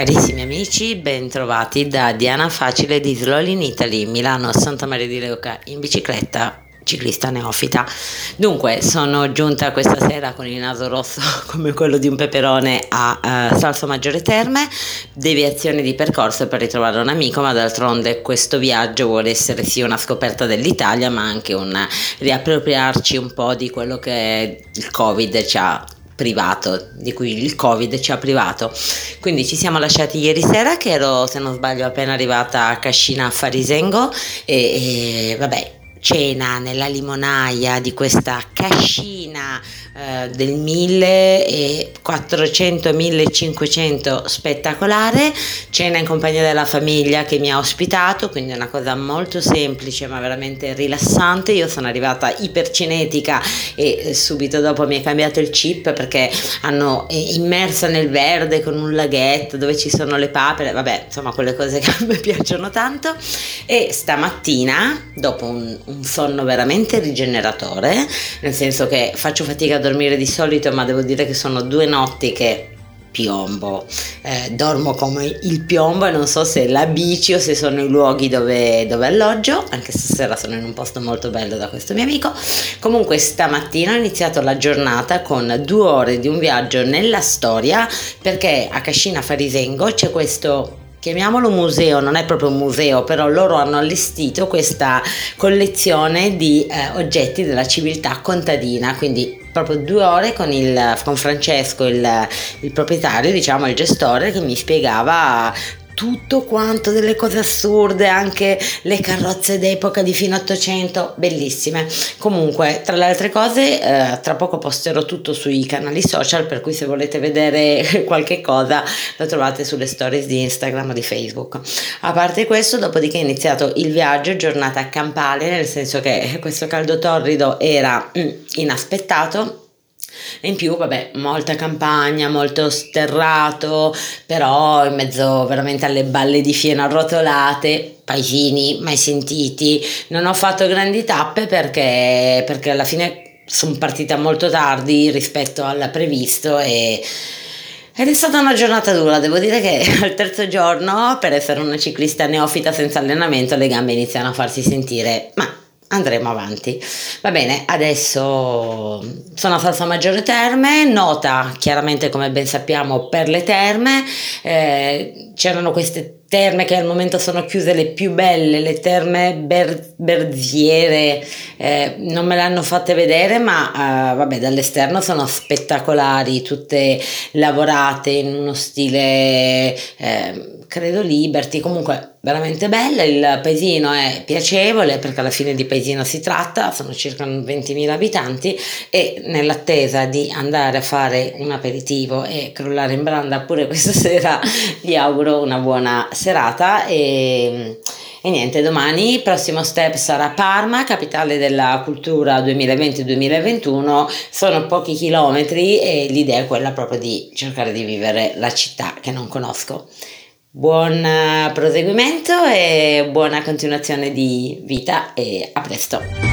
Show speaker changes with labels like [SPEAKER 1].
[SPEAKER 1] Carissimi amici, ben trovati da Diana Facile di Slow in Italy, Milano, Santa Maria di Leuca, in bicicletta, ciclista neofita. Dunque, sono giunta questa sera con il naso rosso come quello di un peperone a Salso Maggiore Terme, deviazione di percorso per ritrovare un amico, ma d'altronde questo viaggio vuole essere sì una scoperta dell'Italia, ma anche un riappropriarci un po' di quello che il Covid ci ha privato, di cui il Covid ci ha privato. Quindi ci siamo lasciati ieri sera, che ero, se non sbaglio, appena arrivata a Cascina Farisengo e vabbè, cena nella limonaia di questa cascina del 1400-1500 spettacolare, cena in compagnia della famiglia che mi ha ospitato, quindi è una cosa molto semplice ma veramente rilassante. Io sono arrivata ipercinetica e subito dopo mi è cambiato il chip, perché hanno immersa nel verde con un laghetto dove ci sono le papere, vabbè, insomma quelle cose che a me piacciono tanto. E stamattina, dopo un sonno veramente rigeneratore, nel senso che faccio fatica a dormire di solito, ma devo dire che sono 2 notti che piombo, dormo come il piombo, e non so se è la bici o se sono i luoghi dove alloggio. Anche stasera sono in un posto molto bello da questo mio amico. Comunque stamattina ho iniziato la giornata con 2 ore di un viaggio nella storia, perché a Cascina Farisengo c'è questo, chiamiamolo museo, non è proprio un museo, però loro hanno allestito questa collezione di oggetti della civiltà contadina, quindi proprio 2 ore con Francesco, il proprietario, diciamo il gestore, che mi spiegava tutto quanto, delle cose assurde, anche le carrozze d'epoca di fine 800, bellissime. Comunque, tra le altre cose, tra poco posterò tutto sui canali social, per cui se volete vedere qualche cosa lo trovate sulle stories di Instagram o di Facebook. A parte questo, dopodiché è iniziato il viaggio, giornata campale, nel senso che questo caldo torrido era inaspettato. E in più, vabbè, molta campagna, molto sterrato, però in mezzo veramente alle balle di fieno arrotolate, paesini mai sentiti. Non ho fatto grandi tappe perché alla fine sono partita molto tardi rispetto al previsto ed è stata una giornata dura. Devo dire che al terzo giorno, per essere una ciclista neofita senza allenamento, le gambe iniziano a farsi sentire, ma andremo avanti. Va bene, adesso sono a Salso Maggiore Terme, nota chiaramente, come ben sappiamo, per le terme. C'erano queste terme che al momento sono chiuse, le più belle, le terme Berziere, non me le hanno fatte vedere, ma vabbè, dall'esterno sono spettacolari, tutte lavorate in uno stile credo Liberty, comunque veramente bella. Il paesino è piacevole, perché alla fine di paesino si tratta, sono circa 20.000 abitanti, e nell'attesa di andare a fare un aperitivo e crollare in branda pure questa sera, vi auguro una buona serata e niente, domani prossimo step sarà Parma, capitale della cultura 2020-2021. Sono pochi chilometri e l'idea è quella proprio di cercare di vivere la città che non conosco. Buon proseguimento e buona continuazione di vita, e a presto.